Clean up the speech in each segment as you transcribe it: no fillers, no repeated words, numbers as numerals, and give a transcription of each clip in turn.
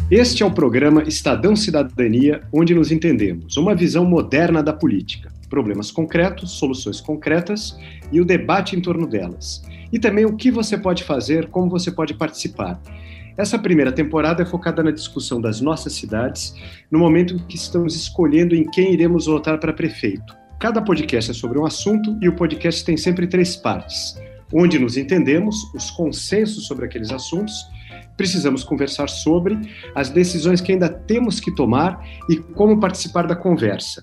Este é o programa Estadão Cidadania, onde nos entendemos, uma visão moderna da política, problemas concretos, soluções concretas e o debate em torno delas. E também o que você pode fazer, como você pode participar. Essa primeira temporada é focada na discussão das nossas cidades, no momento em que estamos escolhendo em quem iremos votar para prefeito. Cada podcast é sobre um assunto e o podcast tem sempre 3 partes, onde nos entendemos, os consensos sobre aqueles assuntos, precisamos conversar sobre as decisões que ainda temos que tomar e como participar da conversa.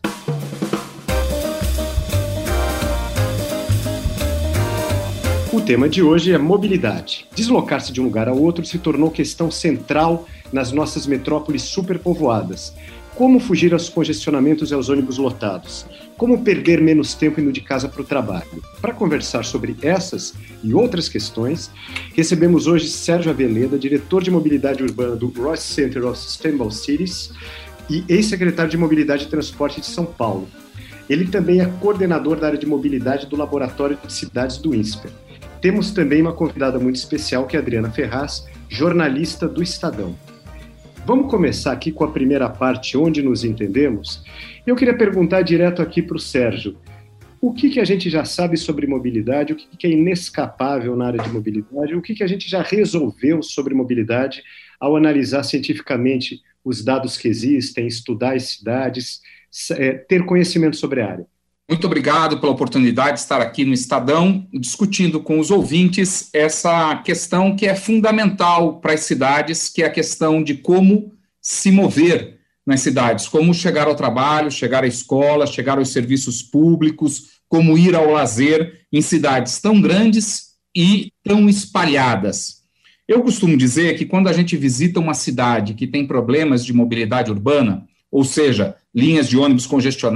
O tema de hoje é mobilidade. Deslocar-se de um lugar ao outro se tornou questão central nas nossas metrópoles superpovoadas. Como fugir aos congestionamentos e aos ônibus lotados? Como perder menos tempo indo de casa para o trabalho? Para conversar sobre essas e outras questões, recebemos hoje Sérgio Aveleda, diretor de mobilidade urbana do Ross Center of Sustainable Cities e ex-secretário de Mobilidade e Transporte de São Paulo. Ele também é coordenador da área de mobilidade do Laboratório de Cidades do INSPER. Temos também uma convidada muito especial, que é a Adriana Ferraz, jornalista do Estadão. Vamos começar aqui com a primeira parte, onde nos entendemos. Eu queria perguntar direto aqui para o Sérgio, o que a gente já sabe sobre mobilidade, o que é inescapável na área de mobilidade, o que a gente já resolveu sobre mobilidade ao analisar cientificamente os dados que existem, estudar as cidades, ter conhecimento sobre a área. Muito obrigado pela oportunidade de estar aqui no Estadão, discutindo com os ouvintes essa questão que é fundamental para as cidades, que é a questão de como se mover nas cidades, como chegar ao trabalho, chegar à escola, chegar aos serviços públicos, como ir ao lazer em cidades tão grandes e tão espalhadas. Eu costumo dizer que quando a gente visita uma cidade que tem problemas de mobilidade urbana, ou seja, linhas de ônibus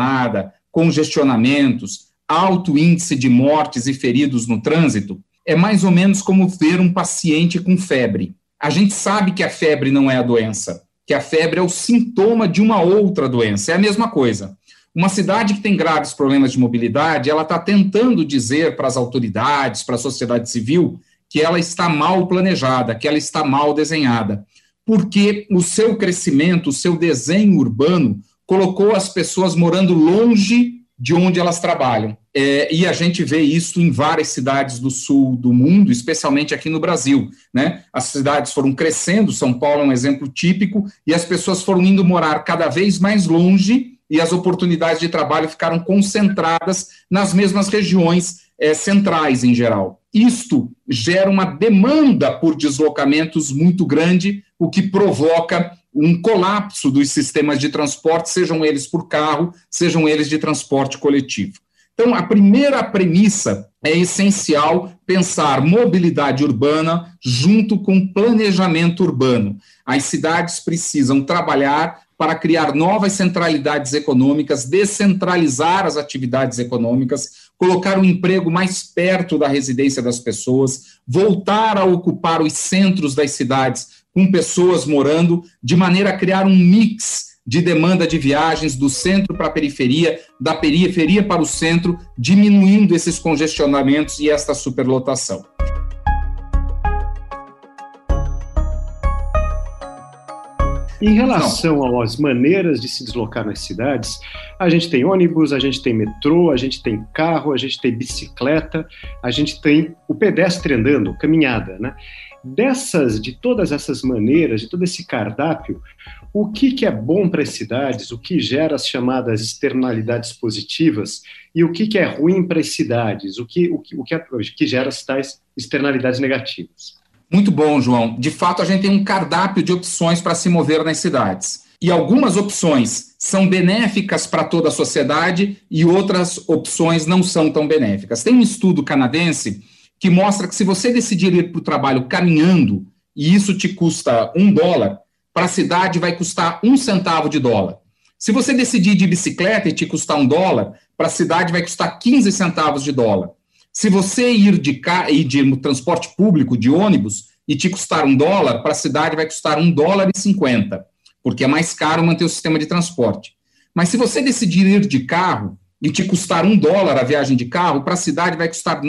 congestionamentos, alto índice de mortes e feridos no trânsito, é mais ou menos como ver um paciente com febre. A gente sabe que a febre não é a doença, que a febre é o sintoma de uma outra doença, é a mesma coisa. Uma cidade que tem graves problemas de mobilidade, ela está tentando dizer para as autoridades, para a sociedade civil, que ela está mal planejada, que ela está mal desenhada, porque o seu crescimento, o seu desenho urbano, colocou as pessoas morando longe de onde elas trabalham. E a gente vê isso em várias cidades do sul do mundo, especialmente aqui no Brasil, né? As cidades foram crescendo, São Paulo é um exemplo típico, e as pessoas foram indo morar cada vez mais longe e as oportunidades de trabalho ficaram concentradas nas mesmas regiões centrais em geral. Isto gera uma demanda por deslocamentos muito grande, o que provoca um colapso dos sistemas de transporte, sejam eles por carro, sejam eles de transporte coletivo. Então, a primeira premissa é essencial pensar mobilidade urbana junto com planejamento urbano. As cidades precisam trabalhar para criar novas centralidades econômicas, descentralizar as atividades econômicas, colocar o emprego mais perto da residência das pessoas, voltar a ocupar os centros das cidades com pessoas morando, de maneira a criar um mix de demanda de viagens do centro para a periferia, da periferia para o centro, diminuindo esses congestionamentos e esta superlotação. Em relação às maneiras de se deslocar nas cidades, a gente tem ônibus, a gente tem metrô, a gente tem carro, a gente tem bicicleta, a gente tem o pedestre andando, caminhada, né? De todas essas maneiras, de todo esse cardápio, o que é bom para as cidades, o que gera as chamadas externalidades positivas e o que é ruim para as cidades, o que gera as tais externalidades negativas? Muito bom, João. De fato, a gente tem um cardápio de opções para se mover nas cidades. E algumas opções são benéficas para toda a sociedade e outras opções não são tão benéficas. Tem um estudo canadense que mostra que se você decidir ir para o trabalho caminhando, e isso te custa $1, para a cidade vai custar 1 centavo de dólar. Se você decidir de bicicleta e te custar $1, para a cidade vai custar 15 centavos de dólar. Se você ir de transporte público, de ônibus, e te custar $1, para a cidade vai custar $1,50, porque é mais caro manter o sistema de transporte. Mas se você decidir ir de carro, e te custar $1 a viagem de carro, para a cidade vai custar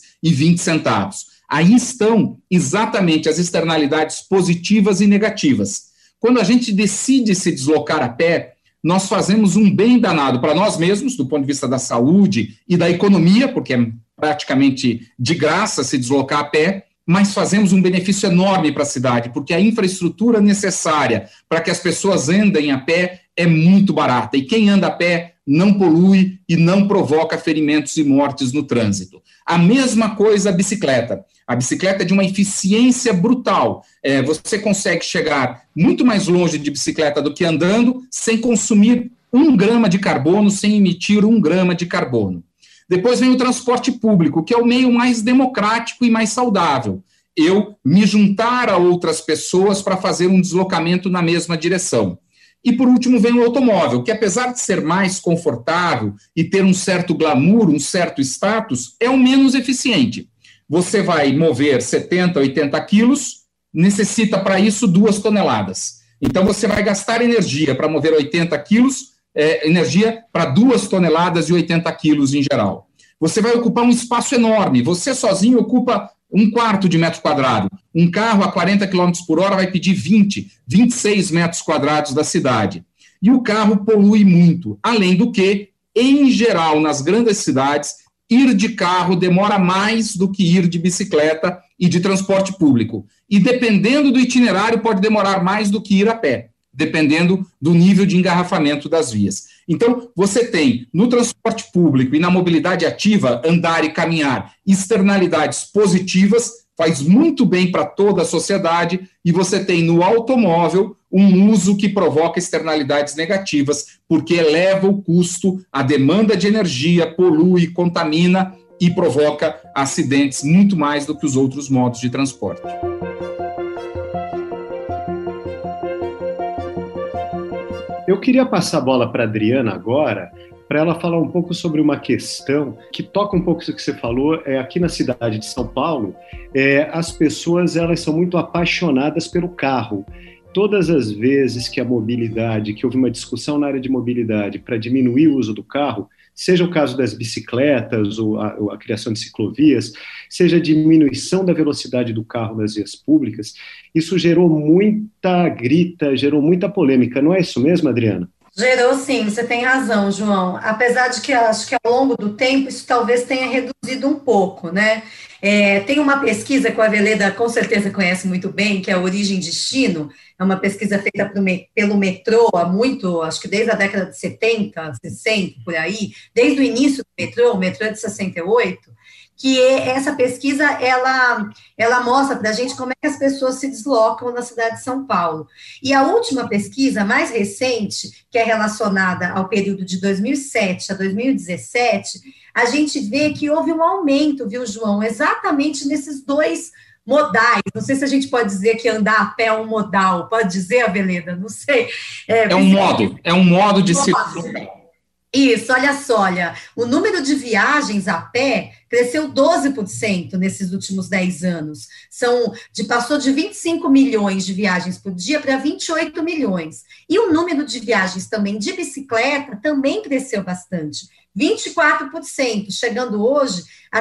$9,20. Aí estão exatamente as externalidades positivas e negativas. quando a gente decide se deslocar a pé, nós fazemos um bem danado para nós mesmos, do ponto de vista da saúde e da economia, porque é praticamente de graça se deslocar a pé, mas fazemos um benefício enorme para a cidade, porque a infraestrutura necessária para que as pessoas andem a pé é muito barata, e quem anda a pé não polui e não provoca ferimentos e mortes no trânsito. A mesma coisa a bicicleta. A bicicleta é de uma eficiência brutal. Você consegue chegar muito mais longe de bicicleta do que andando, sem consumir 1 grama de carbono, sem emitir 1 grama de carbono. Depois vem o transporte público, que é o meio mais democrático e mais saudável. Eu me juntar a outras pessoas para fazer um deslocamento na mesma direção. E, por último, vem o automóvel, que, apesar de ser mais confortável e ter um certo glamour, um certo status, é o menos eficiente. Você vai mover 70, 80 quilos, necessita para isso 2 toneladas. Então, você vai gastar energia para mover 80 quilos, energia para 2 toneladas e 80 quilos em geral. Você vai ocupar um espaço enorme. Você sozinho ocupa 1/4 de metro quadrado. Um carro a 40 km por hora vai pedir 20, 26 metros quadrados da cidade. E o carro polui muito. Além do que, em geral, nas grandes cidades, ir de carro demora mais do que ir de bicicleta e de transporte público. E dependendo do itinerário, pode demorar mais do que ir a pé, dependendo do nível de engarrafamento das vias. Então, você tem, no transporte público e na mobilidade ativa, andar e caminhar, externalidades positivas, faz muito bem para toda a sociedade, e você tem no automóvel um uso que provoca externalidades negativas, porque eleva o custo, a demanda de energia, polui, contamina e provoca acidentes muito mais do que os outros modos de transporte. Eu queria passar a bola para a Adriana agora, para ela falar um pouco sobre uma questão que toca um pouco isso que você falou. Aqui na cidade de São Paulo, as pessoas elas são muito apaixonadas pelo carro. Todas as vezes que houve uma discussão na área de mobilidade para diminuir o uso do carro, seja o caso das bicicletas ou a criação de ciclovias, seja a diminuição da velocidade do carro nas vias públicas, isso gerou muita grita, gerou muita polêmica. Não é isso mesmo, Adriana? Gerou sim, você tem razão, João. Apesar de que acho que ao longo do tempo isso talvez tenha reduzido um pouco, né? Tem uma pesquisa que o Aveleda com certeza conhece muito bem, que é a Origem e Destino. É uma pesquisa feita pelo metrô há muito, acho que desde a década de 70, 60, por aí, desde o início do o metrô é de 68, que essa pesquisa, ela mostra para a gente como é que as pessoas se deslocam na cidade de São Paulo. E a última pesquisa, mais recente, que é relacionada ao período de 2007 a 2017, a gente vê que houve um aumento, viu, João, exatamente nesses 2 modais. Não sei se a gente pode dizer que andar a pé é um modal. Pode dizer, Aveleda? Não sei. É um modo de circulação. Isso, olha, o número de viagens a pé cresceu 12% nesses últimos 10 anos. Passou de 25 milhões de viagens por dia para 28 milhões. E o número de viagens também de bicicleta também cresceu bastante, 24%, chegando hoje a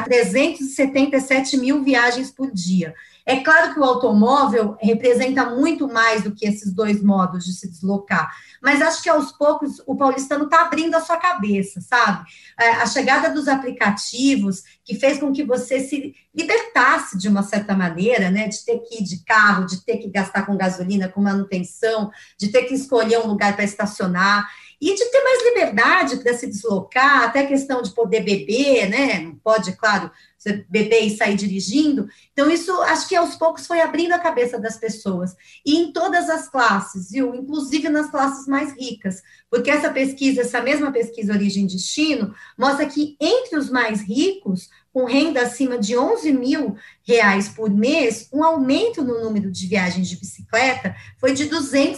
377 mil viagens por dia. É claro que o automóvel representa muito mais do que esses 2 modos de se deslocar, mas acho que aos poucos o paulistano está abrindo a sua cabeça, sabe? A chegada dos aplicativos que fez com que você se libertasse de uma certa maneira, né? De ter que ir de carro, de ter que gastar com gasolina, com manutenção, de ter que escolher um lugar para estacionar, e de ter mais liberdade para se deslocar, até questão de poder beber, né? Não pode, claro, você beber e sair dirigindo. Então, isso, acho que aos poucos foi abrindo a cabeça das pessoas. E em todas as classes, viu? Inclusive nas classes mais ricas. Porque essa mesma pesquisa Origem e Destino, mostra que entre os mais ricos, com renda acima de R$11.000 por mês, um aumento no número de viagens de bicicleta foi de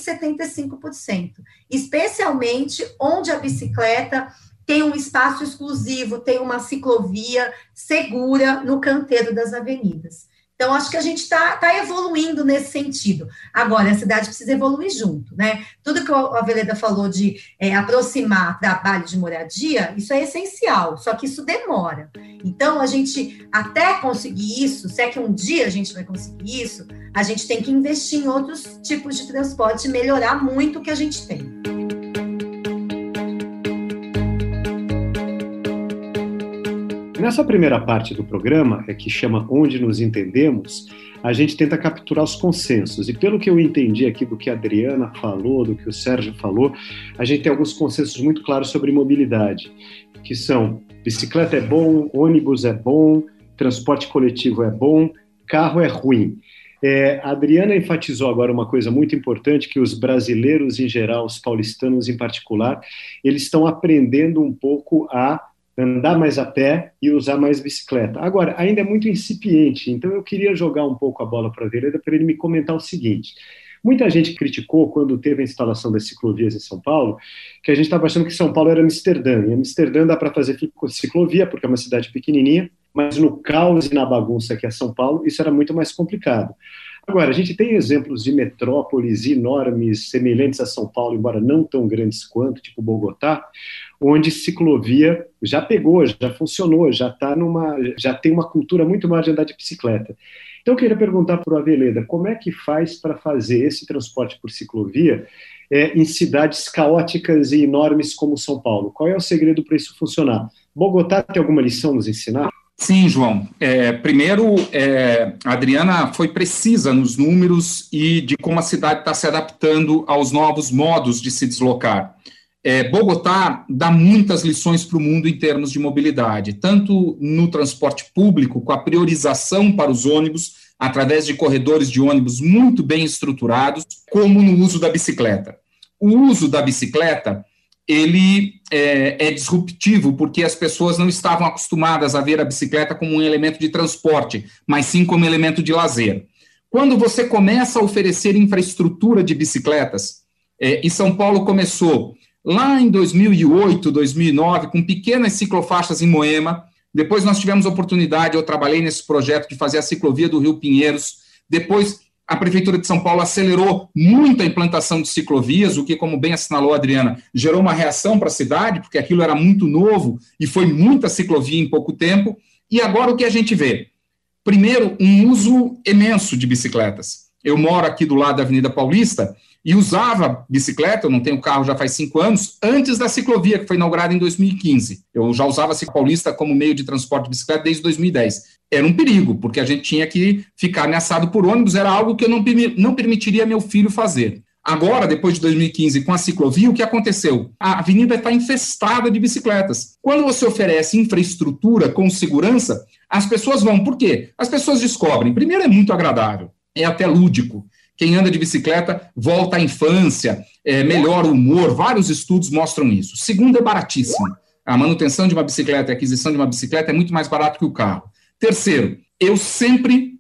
275%. Especialmente onde a bicicleta tem um espaço exclusivo, tem uma ciclovia segura no canteiro das avenidas. Então, acho que a gente está evoluindo nesse sentido. Agora, a cidade precisa evoluir junto, né? Tudo que a Veleda falou de aproximar trabalho de moradia, isso é essencial, só que isso demora. Então, a gente, até conseguir isso, se é que um dia a gente vai conseguir isso, a gente tem que investir em outros tipos de transporte e melhorar muito o que a gente tem. Nessa primeira parte do programa, que chama Onde Nos Entendemos, a gente tenta capturar os consensos. E pelo que eu entendi aqui do que a Adriana falou, do que o Sérgio falou, a gente tem alguns consensos muito claros sobre mobilidade, que são: bicicleta é bom, ônibus é bom, transporte coletivo é bom, carro é ruim. A Adriana enfatizou agora uma coisa muito importante, que os brasileiros em geral, os paulistanos em particular, eles estão aprendendo um pouco a andar mais a pé e usar mais bicicleta. Agora, ainda é muito incipiente, então eu queria jogar um pouco a bola para a Veleda para ele me comentar o seguinte: muita gente criticou, quando teve a instalação das ciclovias em São Paulo, que a gente estava achando que São Paulo era Amsterdã, e Amsterdã dá para fazer ciclovia, porque é uma cidade pequenininha, mas no caos e na bagunça que é São Paulo, isso era muito mais complicado. Agora, a gente tem exemplos de metrópoles enormes, semelhantes a São Paulo, embora não tão grandes quanto, tipo Bogotá, onde ciclovia já pegou, já funcionou, já tem uma cultura muito maior de andar de bicicleta. Então, eu queria perguntar para o Veleda, como é que faz para fazer esse transporte por ciclovia em cidades caóticas e enormes como São Paulo? Qual é o segredo para isso funcionar? Bogotá tem alguma lição a nos ensinar? Sim, João. Primeiro, a Adriana foi precisa nos números e de como a cidade está se adaptando aos novos modos de se deslocar. Bogotá dá muitas lições para o mundo em termos de mobilidade, tanto no transporte público, com a priorização para os ônibus, através de corredores de ônibus muito bem estruturados, como no uso da bicicleta. O uso da bicicleta, ele é disruptivo, porque as pessoas não estavam acostumadas a ver a bicicleta como um elemento de transporte, mas sim como elemento de lazer. Quando você começa a oferecer infraestrutura de bicicletas, e São Paulo começou lá em 2008, 2009, com pequenas ciclofaixas em Moema. Depois nós tivemos a oportunidade, eu trabalhei nesse projeto de fazer a ciclovia do Rio Pinheiros. Depois a Prefeitura de São Paulo acelerou muito a implantação de ciclovias, o que, como bem assinalou a Adriana, gerou uma reação para a cidade, porque aquilo era muito novo e foi muita ciclovia em pouco tempo. E agora o que a gente vê? Primeiro, um uso imenso de bicicletas. Eu moro aqui do lado da Avenida Paulista e usava bicicleta, eu não tenho carro já faz 5 anos, antes da ciclovia, que foi inaugurada em 2015. Eu já usava a Paulista como meio de transporte de bicicleta desde 2010. Era um perigo, porque a gente tinha que ficar ameaçado por ônibus, era algo que eu não permitiria meu filho fazer. Agora, depois de 2015, com a ciclovia, o que aconteceu? A avenida está infestada de bicicletas. Quando você oferece infraestrutura com segurança, as pessoas vão. Por quê? As pessoas descobrem. Primeiro, é muito agradável, é até lúdico. Quem anda de bicicleta volta à infância, melhora o humor, vários estudos mostram isso. Segundo, é baratíssimo. A manutenção de uma bicicleta e a aquisição de uma bicicleta é muito mais barato que o carro. Terceiro, eu sempre,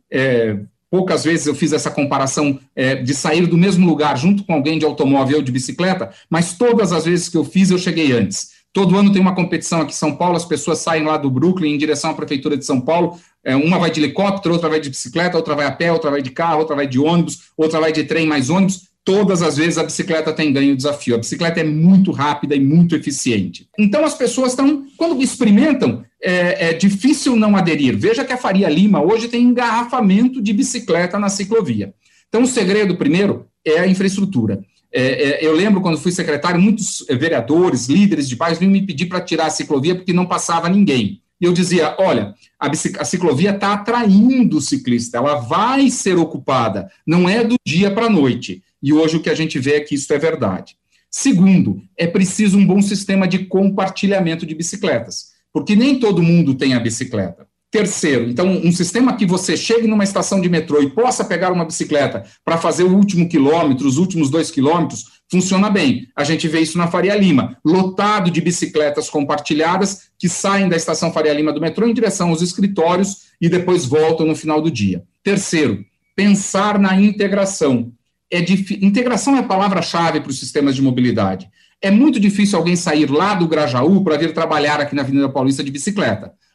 poucas vezes eu fiz essa comparação de sair do mesmo lugar junto com alguém de automóvel ou de bicicleta, mas todas as vezes que eu fiz, eu cheguei antes. Todo ano tem uma competição aqui em São Paulo, as pessoas saem lá do Brooklyn em direção à Prefeitura de São Paulo, uma vai de helicóptero, outra vai de bicicleta, outra vai a pé, outra vai de carro, outra vai de ônibus, outra vai de trem mais ônibus. Todas as vezes a bicicleta tem ganho o desafio. A bicicleta é muito rápida e muito eficiente. Então as pessoas estão, quando experimentam, é difícil não aderir. Veja que a Faria Lima hoje tem engarrafamento de bicicleta na ciclovia. Então o segredo primeiro é a infraestrutura. Eu lembro quando fui secretário, muitos vereadores, líderes de bairros vinham me pedir para tirar a ciclovia porque não passava ninguém. E eu dizia, olha, a ciclovia está atraindo o ciclista, ela vai ser ocupada, não é do dia para a noite. E hoje o que a gente vê é que isso é verdade. Segundo, é preciso um bom sistema de compartilhamento de bicicletas, porque nem todo mundo tem a bicicleta. Terceiro, então, um sistema que você chegue numa estação de metrô e possa pegar uma bicicleta para fazer o último quilômetro, os últimos 2 quilômetros, funciona bem. A gente vê isso na Faria Lima, lotado de bicicletas compartilhadas que saem da estação Faria Lima do metrô em direção aos escritórios e depois voltam no final do dia. Terceiro, pensar na integração. Integração é a palavra-chave para os sistemas de mobilidade. É muito difícil alguém sair lá do Grajaú para vir trabalhar aqui na Avenida Paulista de bicicleta.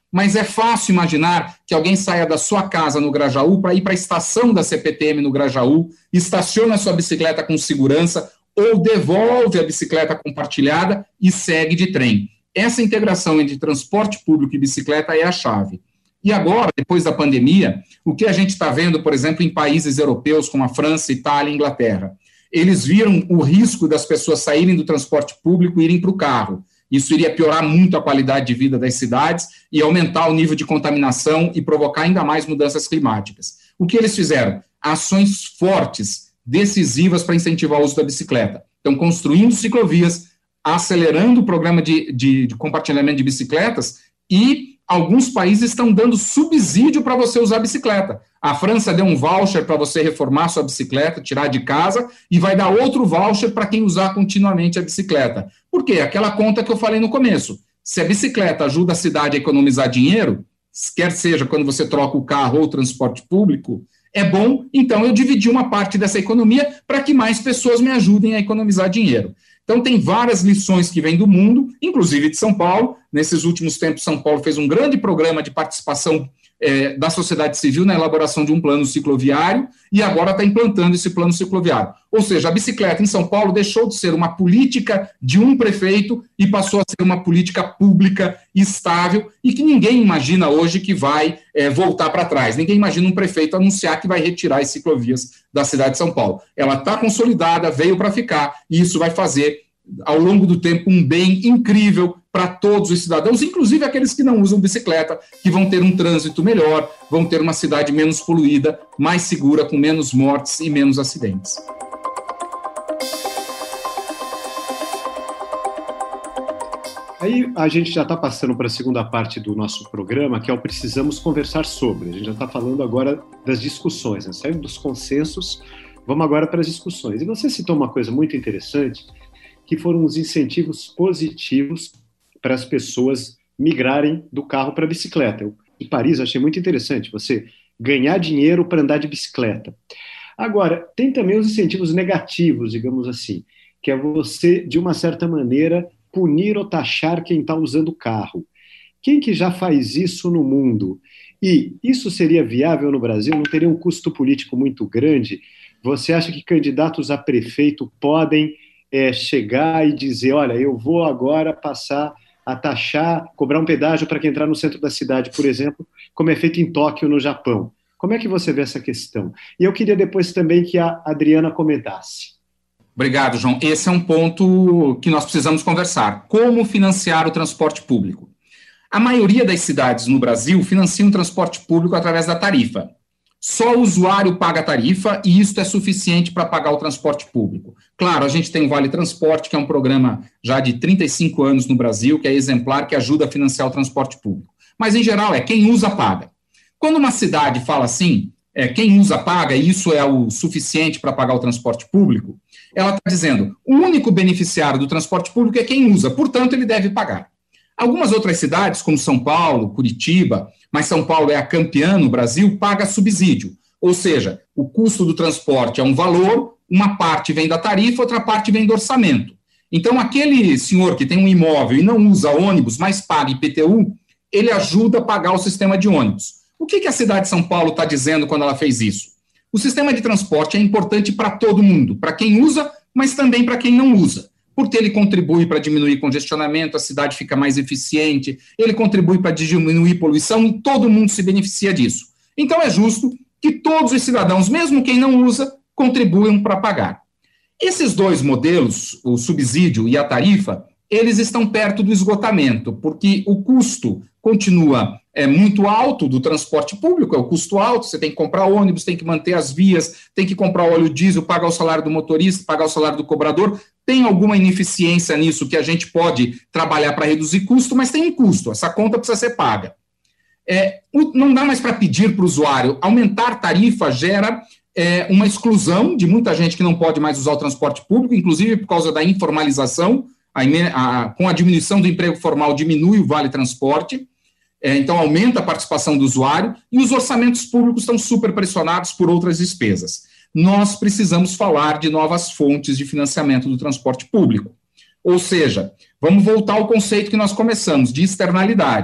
mas é fácil imaginar que alguém saia da sua casa no Grajaú para ir para a estação da CPTM no Grajaú, estaciona a sua bicicleta com segurança ou devolve a bicicleta compartilhada e segue de trem. Essa integração entre transporte público e bicicleta é a chave. E agora, depois da pandemia, o que a gente está vendo, por exemplo, em países europeus como a França, Itália e Inglaterra? Eles viram o risco das pessoas saírem do transporte público e irem para o carro. Isso iria piorar muito a qualidade de vida das cidades e aumentar o nível de contaminação e provocar ainda mais mudanças climáticas. O que eles fizeram? Ações fortes, decisivas para incentivar o uso da bicicleta. Então, construindo ciclovias, acelerando o programa de compartilhamento de bicicletas e alguns países estão dando subsídio para você usar a bicicleta. A França deu um voucher para você reformar sua bicicleta, tirar de casa, e vai dar outro voucher para quem usar continuamente a bicicleta. Por quê? Aquela conta que eu falei no começo. Se a bicicleta ajuda a cidade a economizar dinheiro, quer seja quando você troca o carro ou o transporte público, é bom, então eu dividi uma parte dessa economia para que mais pessoas me ajudem a economizar dinheiro. Então, tem várias lições que vêm do mundo, inclusive de São Paulo. Nesses últimos tempos, São Paulo fez um grande programa de participação da sociedade civil na elaboração de um plano cicloviário e agora está implantando esse plano cicloviário. Ou seja, a bicicleta em São Paulo deixou de ser uma política de um prefeito e passou a ser uma política pública estável e que ninguém imagina hoje que vai voltar para trás. Ninguém imagina um prefeito anunciar que vai retirar as ciclovias da cidade de São Paulo. Ela está consolidada, veio para ficar e isso vai fazer, ao longo do tempo, um bem incrível para todos os cidadãos, inclusive aqueles que não usam bicicleta, que vão ter um trânsito melhor, vão ter uma cidade menos poluída, mais segura, com menos mortes e menos acidentes. Aí a gente já está passando para a segunda parte do nosso programa, que é o Precisamos Conversar Sobre. A gente já está falando agora das discussões, né? Saindo dos consensos, vamos agora para as discussões. E você citou uma coisa muito interessante, que foram os incentivos positivos para as pessoas migrarem do carro para a bicicleta. Em Paris, eu achei muito interessante você ganhar dinheiro para andar de bicicleta. Agora, tem também os incentivos negativos, digamos assim, que é você, de uma certa maneira, punir ou taxar quem está usando o carro. Quem que já faz isso no mundo? E isso seria viável no Brasil? Não teria um custo político muito grande? Você acha que candidatos a prefeito podem chegar e dizer, olha, eu vou agora passar a taxar, cobrar um pedágio para quem entrar no centro da cidade, por exemplo, como é feito em Tóquio, no Japão? Como é que você vê essa questão? E eu queria depois também que a Adriana comentasse. Obrigado, João. Esse é um ponto que nós precisamos conversar. Como financiar o transporte público? A maioria das cidades no Brasil financiam o transporte público através da tarifa. Só o usuário paga a tarifa e isso é suficiente para pagar o transporte público. Claro, a gente tem o Vale Transporte, que é um programa já de 35 anos no Brasil, que é exemplar, que ajuda a financiar o transporte público. Mas, em geral, quem usa paga. Quando uma cidade fala assim, quem usa paga, e isso é o suficiente para pagar o transporte público, ela está dizendo, o único beneficiário do transporte público é quem usa, portanto, ele deve pagar. Algumas outras cidades, como São Paulo, Curitiba, mas São Paulo é a campeã no Brasil, paga subsídio. Ou seja, o custo do transporte é um valor, uma parte vem da tarifa, outra parte vem do orçamento. Então, aquele senhor que tem um imóvel e não usa ônibus, mas paga IPTU, ele ajuda a pagar o sistema de ônibus. O que a cidade de São Paulo está dizendo quando ela fez isso? O sistema de transporte é importante para todo mundo, para quem usa, mas também para quem não usa. Porque ele contribui para diminuir congestionamento, a cidade fica mais eficiente, ele contribui para diminuir poluição e todo mundo se beneficia disso. Então é justo que todos os cidadãos, mesmo quem não usa, contribuam para pagar. Esses dois modelos, o subsídio e a tarifa, eles estão perto do esgotamento, porque o custo continua muito alto do transporte público, é o custo alto, você tem que comprar ônibus, tem que manter as vias, tem que comprar óleo diesel, pagar o salário do motorista, pagar o salário do cobrador, tem alguma ineficiência nisso que a gente pode trabalhar para reduzir custo, mas tem um custo, essa conta precisa ser paga. Não dá mais para pedir para o usuário, aumentar tarifa gera uma exclusão de muita gente que não pode mais usar o transporte público, inclusive por causa da informalização, com a diminuição do emprego formal diminui o Vale Transporte, então aumenta a participação do usuário e os orçamentos públicos estão super pressionados por outras despesas. Nós precisamos falar de novas fontes de financiamento do transporte público. Ou seja, vamos voltar ao conceito que nós começamos, de externalidades.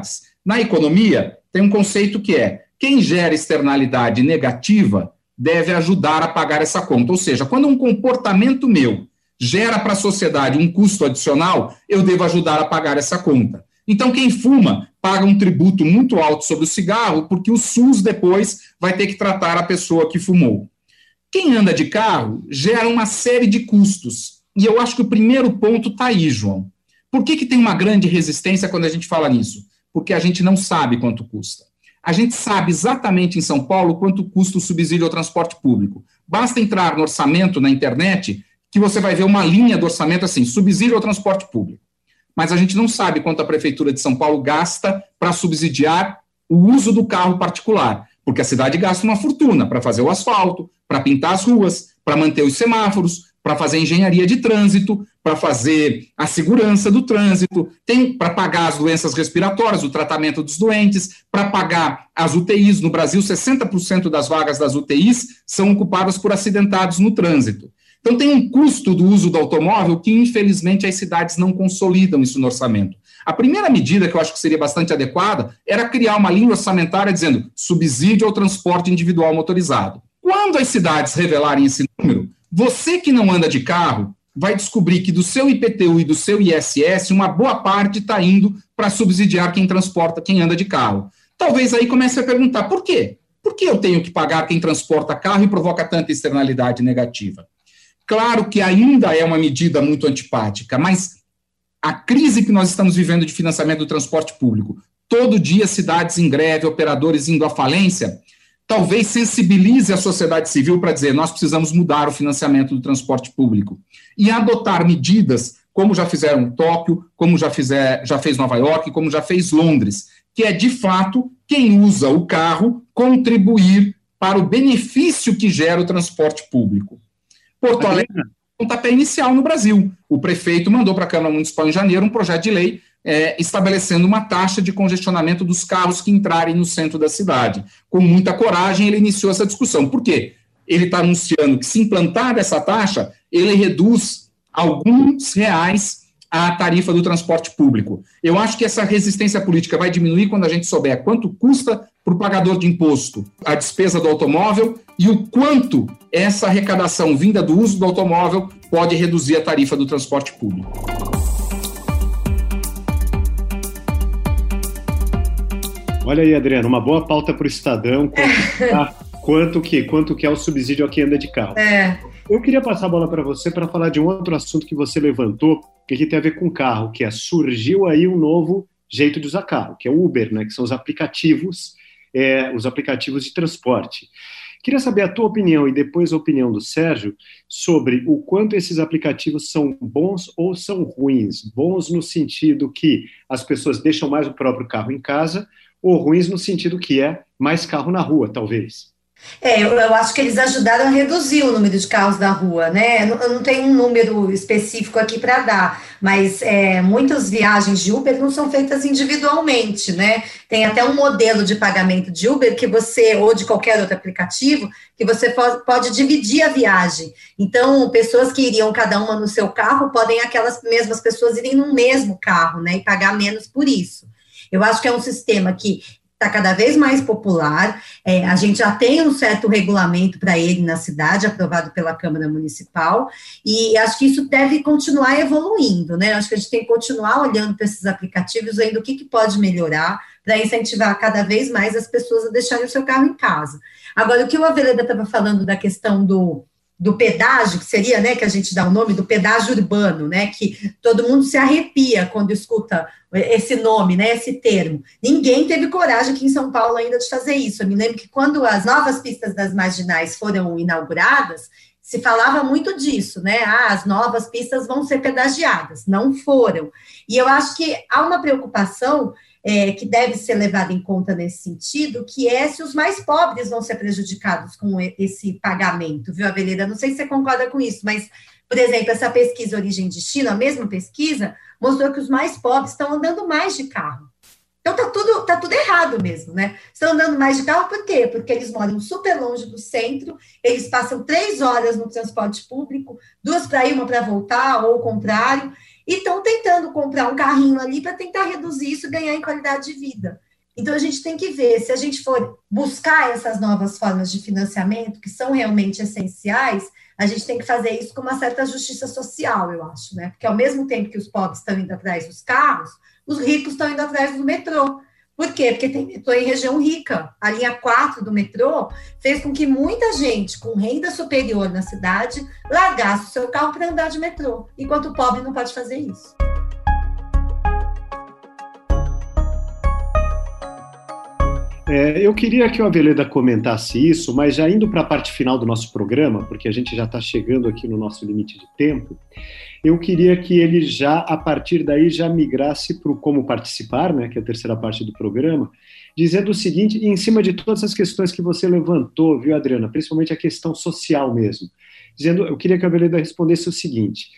Na economia, tem um conceito que é: quem gera externalidade negativa deve ajudar a pagar essa conta. Ou seja, quando um comportamento meu gera para a sociedade um custo adicional, eu devo ajudar a pagar essa conta. Então, quem fuma paga um tributo muito alto sobre o cigarro, porque o SUS depois vai ter que tratar a pessoa que fumou. Quem anda de carro gera uma série de custos. E eu acho que o primeiro ponto está aí, João. Por que tem uma grande resistência quando a gente fala nisso? Porque a gente não sabe quanto custa. A gente sabe exatamente em São Paulo quanto custa o subsídio ao transporte público. Basta entrar no orçamento na internet que você vai ver uma linha do orçamento assim, subsídio ao transporte público. Mas a gente não sabe quanto a Prefeitura de São Paulo gasta para subsidiar o uso do carro particular, porque a cidade gasta uma fortuna para fazer o asfalto, para pintar as ruas, para manter os semáforos, para fazer engenharia de trânsito, para fazer a segurança do trânsito, tem para pagar as doenças respiratórias, o tratamento dos doentes, para pagar as UTIs. No Brasil, 60% das vagas das UTIs são ocupadas por acidentados no trânsito. Então, tem um custo do uso do automóvel que, infelizmente, as cidades não consolidam isso no orçamento. A primeira medida que eu acho que seria bastante adequada era criar uma linha orçamentária dizendo subsídio ao transporte individual motorizado. Quando as cidades revelarem esse número, você que não anda de carro vai descobrir que do seu IPTU e do seu ISS, uma boa parte está indo para subsidiar quem transporta, quem anda de carro. Talvez aí comece a perguntar, por quê? Por que eu tenho que pagar quem transporta carro e provoca tanta externalidade negativa? Claro que ainda é uma medida muito antipática, mas a crise que nós estamos vivendo de financiamento do transporte público, todo dia cidades em greve, operadores indo à falência, talvez sensibilize a sociedade civil para dizer: nós precisamos mudar o financiamento do transporte público e adotar medidas como já fizeram Tóquio, como já fez Nova York, como já fez Londres, que é, de fato, quem usa o carro contribuir para o benefício que gera o transporte público. Porto Alegre é um pontapé inicial no Brasil. O prefeito mandou para a Câmara Municipal em janeiro um projeto de lei estabelecendo uma taxa de congestionamento dos carros que entrarem no centro da cidade. Com muita coragem, ele iniciou essa discussão. Por quê? Ele está anunciando que, se implantar essa taxa, ele reduz alguns reais a tarifa do transporte público. Eu acho que essa resistência política vai diminuir quando a gente souber quanto custa para o pagador de imposto a despesa do automóvel e o quanto essa arrecadação vinda do uso do automóvel pode reduzir a tarifa do transporte público. Olha aí, Adriano, uma boa pauta para o Estadão. Quanto que é o subsídio a quem anda de carro. Eu queria passar a bola para você para falar de um outro assunto que você levantou, que tem a ver com carro, que surgiu aí um novo jeito de usar carro, que é o Uber, né, que são os aplicativos de transporte. Queria saber a tua opinião e depois a opinião do Sérgio sobre o quanto esses aplicativos são bons ou são ruins. Bons no sentido que as pessoas deixam mais o próprio carro em casa, ou ruins no sentido que é mais carro na rua, talvez. Eu acho que eles ajudaram a reduzir o número de carros na rua, né? Eu não tenho um número específico aqui para dar, mas muitas viagens de Uber não são feitas individualmente, né? Tem até um modelo de pagamento de Uber que você, ou de qualquer outro aplicativo, que você pode dividir a viagem. Então, pessoas que iriam cada uma no seu carro, podem aquelas mesmas pessoas irem no mesmo carro, né? E pagar menos por isso. Eu acho que é um sistema que está cada vez mais popular, a gente já tem um certo regulamento para ele na cidade, aprovado pela Câmara Municipal, e acho que isso deve continuar evoluindo, né? Acho que a gente tem que continuar olhando para esses aplicativos, vendo o que pode melhorar para incentivar cada vez mais as pessoas a deixarem o seu carro em casa. Agora, o que o Aveleda estava falando da questão do pedágio, que seria, né, que a gente dá o nome do pedágio urbano, né, que todo mundo se arrepia quando escuta esse nome, né, esse termo. Ninguém teve coragem aqui em São Paulo ainda de fazer isso. Eu me lembro que quando as novas pistas das Marginais foram inauguradas, se falava muito disso, né, as novas pistas vão ser pedagiadas. Não foram. E eu acho que há uma preocupação que deve ser levada em conta nesse sentido, que é se os mais pobres vão ser prejudicados com esse pagamento, viu, Aveleda? Não sei se você concorda com isso, mas, por exemplo, essa pesquisa Origem Destino, a mesma pesquisa, mostrou que os mais pobres estão andando mais de carro. Então, tá tudo errado mesmo, né? Estão andando mais de carro por quê? Porque eles moram super longe do centro, eles passam 3 horas no transporte público, 2 para ir, 1 para voltar, ou o contrário, e estão tentando comprar um carrinho ali para tentar reduzir isso e ganhar em qualidade de vida. Então, a gente tem que ver, se a gente for buscar essas novas formas de financiamento, que são realmente essenciais, a gente tem que fazer isso com uma certa justiça social, eu acho, né? Porque ao mesmo tempo que os pobres estão indo atrás dos carros, os ricos estão indo atrás do metrô. Por quê? Porque tem metrô em região rica. A linha 4 do metrô fez com que muita gente com renda superior na cidade largasse o seu carro para andar de metrô, enquanto o pobre não pode fazer isso. Eu queria que o Aveleda comentasse isso, mas já indo para a parte final do nosso programa, porque a gente já está chegando aqui no nosso limite de tempo, eu queria que ele já, a partir daí, já migrasse para o como participar, né, que é a terceira parte do programa, dizendo o seguinte, em cima de todas as questões que você levantou, viu, Adriana, principalmente a questão social mesmo, dizendo, eu queria que a Aveleda respondesse o seguinte,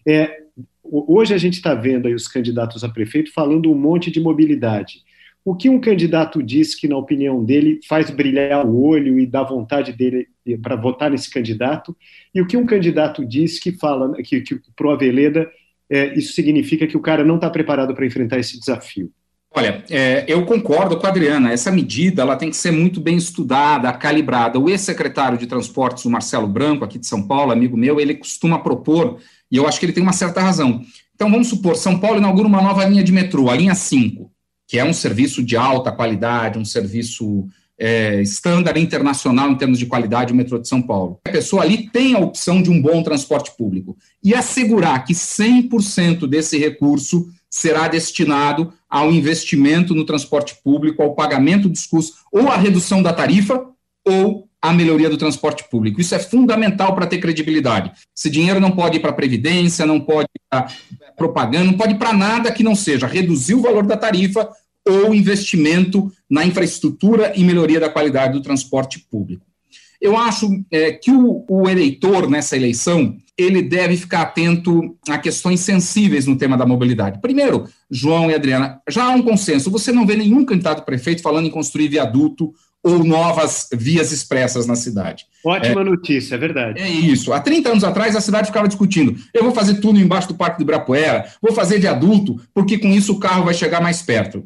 hoje a gente está vendo aí os candidatos a prefeito falando um monte de mobilidade. O que um candidato diz que, na opinião dele, faz brilhar o olho e dá vontade dele para votar nesse candidato, e o que um candidato diz que fala que para o Aveleda isso significa que o cara não está preparado para enfrentar esse desafio? Olha, eu concordo com a Adriana, essa medida ela tem que ser muito bem estudada, calibrada. O ex-secretário de Transportes, o Marcelo Branco, aqui de São Paulo, amigo meu, ele costuma propor, e eu acho que ele tem uma certa razão. Então, vamos supor, São Paulo inaugura uma nova linha de metrô, a linha 5, que é um serviço de alta qualidade, um serviço estándar internacional em termos de qualidade, o metrô de São Paulo. A pessoa ali tem a opção de um bom transporte público e assegurar que 100% desse recurso será destinado ao investimento no transporte público, ao pagamento dos custos, ou à redução da tarifa, ou à melhoria do transporte público. Isso é fundamental para ter credibilidade. Esse dinheiro não pode ir para a Previdência, não pode ir para propaganda, não pode ir para nada que não seja reduzir o valor da tarifa ou investimento na infraestrutura e melhoria da qualidade do transporte público. Eu acho que o eleitor, nessa eleição, ele deve ficar atento a questões sensíveis no tema da mobilidade. Primeiro, João e Adriana, já há um consenso, você não vê nenhum candidato prefeito falando em construir viaduto ou novas vias expressas na cidade. Ótima notícia, é verdade. É isso. Há 30 anos atrás, a cidade ficava discutindo, eu vou fazer túnel embaixo do Parque do Ibirapuera, vou fazer viaduto, porque com isso o carro vai chegar mais perto.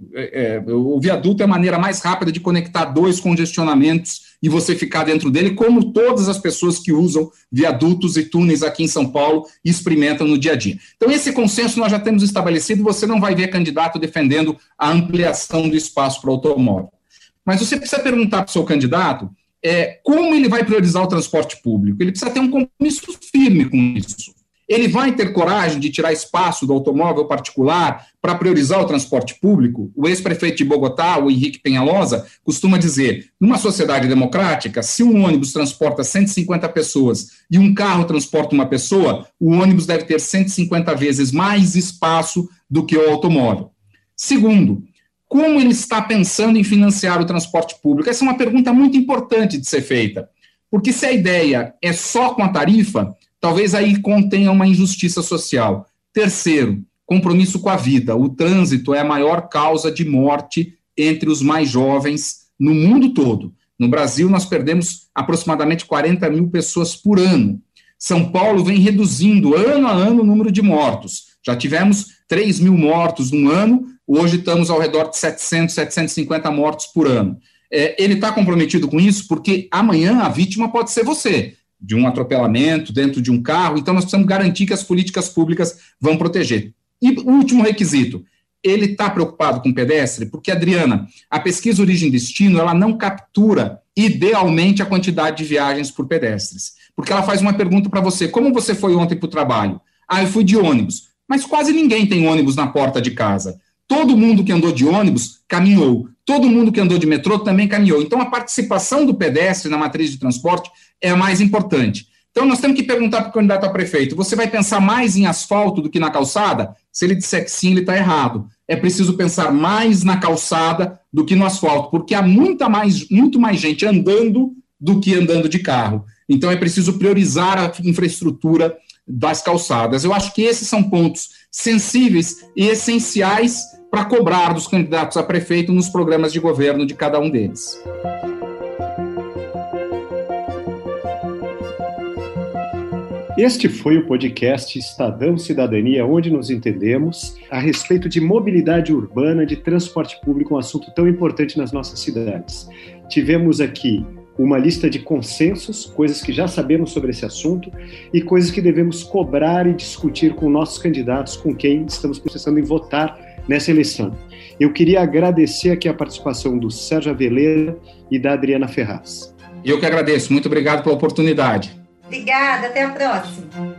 O viaduto é a maneira mais rápida de conectar dois congestionamentos e você ficar dentro dele, como todas as pessoas que usam viadutos e túneis aqui em São Paulo experimentam no dia a dia. Então, esse consenso nós já temos estabelecido, você não vai ver candidato defendendo a ampliação do espaço para o automóvel. Mas você precisa perguntar para o seu candidato como ele vai priorizar o transporte público. Ele precisa ter um compromisso firme com isso. Ele vai ter coragem de tirar espaço do automóvel particular para priorizar o transporte público? O ex-prefeito de Bogotá, o Henrique Penhalosa, costuma dizer, numa sociedade democrática, se um ônibus transporta 150 pessoas e um carro transporta uma pessoa, o ônibus deve ter 150 vezes mais espaço do que o automóvel. Segundo, como ele está pensando em financiar o transporte público? Essa é uma pergunta muito importante de ser feita, porque se a ideia é só com a tarifa, talvez aí contenha uma injustiça social. Terceiro, compromisso com a vida. O trânsito é a maior causa de morte entre os mais jovens no mundo todo. No Brasil, nós perdemos aproximadamente 40 mil pessoas por ano. São Paulo vem reduzindo ano a ano o número de mortos. Já tivemos 3 mil mortos num ano, hoje estamos ao redor de 700, 750 mortos por ano. Ele está comprometido com isso porque amanhã a vítima pode ser você, de um atropelamento dentro de um carro, então nós precisamos garantir que as políticas públicas vão proteger. E o último requisito, ele está preocupado com o pedestre? Porque, Adriana, a pesquisa origem-destino, ela não captura idealmente a quantidade de viagens por pedestres, porque ela faz uma pergunta para você, como você foi ontem para o trabalho? Eu fui de ônibus, mas quase ninguém tem ônibus na porta de casa. Todo mundo que andou de ônibus caminhou, todo mundo que andou de metrô também caminhou. Então, a participação do pedestre na matriz de transporte é a mais importante. Então, nós temos que perguntar para o candidato a prefeito, você vai pensar mais em asfalto do que na calçada? Se ele disser que sim, ele está errado. É preciso pensar mais na calçada do que no asfalto, porque há muito mais gente andando do que andando de carro. Então, é preciso priorizar a infraestrutura das calçadas. Eu acho que esses são pontos sensíveis e essenciais para cobrar dos candidatos a prefeito nos programas de governo de cada um deles. Este foi o podcast Estadão Cidadania, onde nos entendemos a respeito de mobilidade urbana, de transporte público, um assunto tão importante nas nossas cidades. Tivemos aqui uma lista de consensos, coisas que já sabemos sobre esse assunto e coisas que devemos cobrar e discutir com nossos candidatos, com quem estamos pensando em votar nessa eleição. Eu queria agradecer aqui a participação do Sérgio Aveleira e da Adriana Ferraz. Eu que agradeço. Muito obrigado pela oportunidade. Obrigada, até a próxima.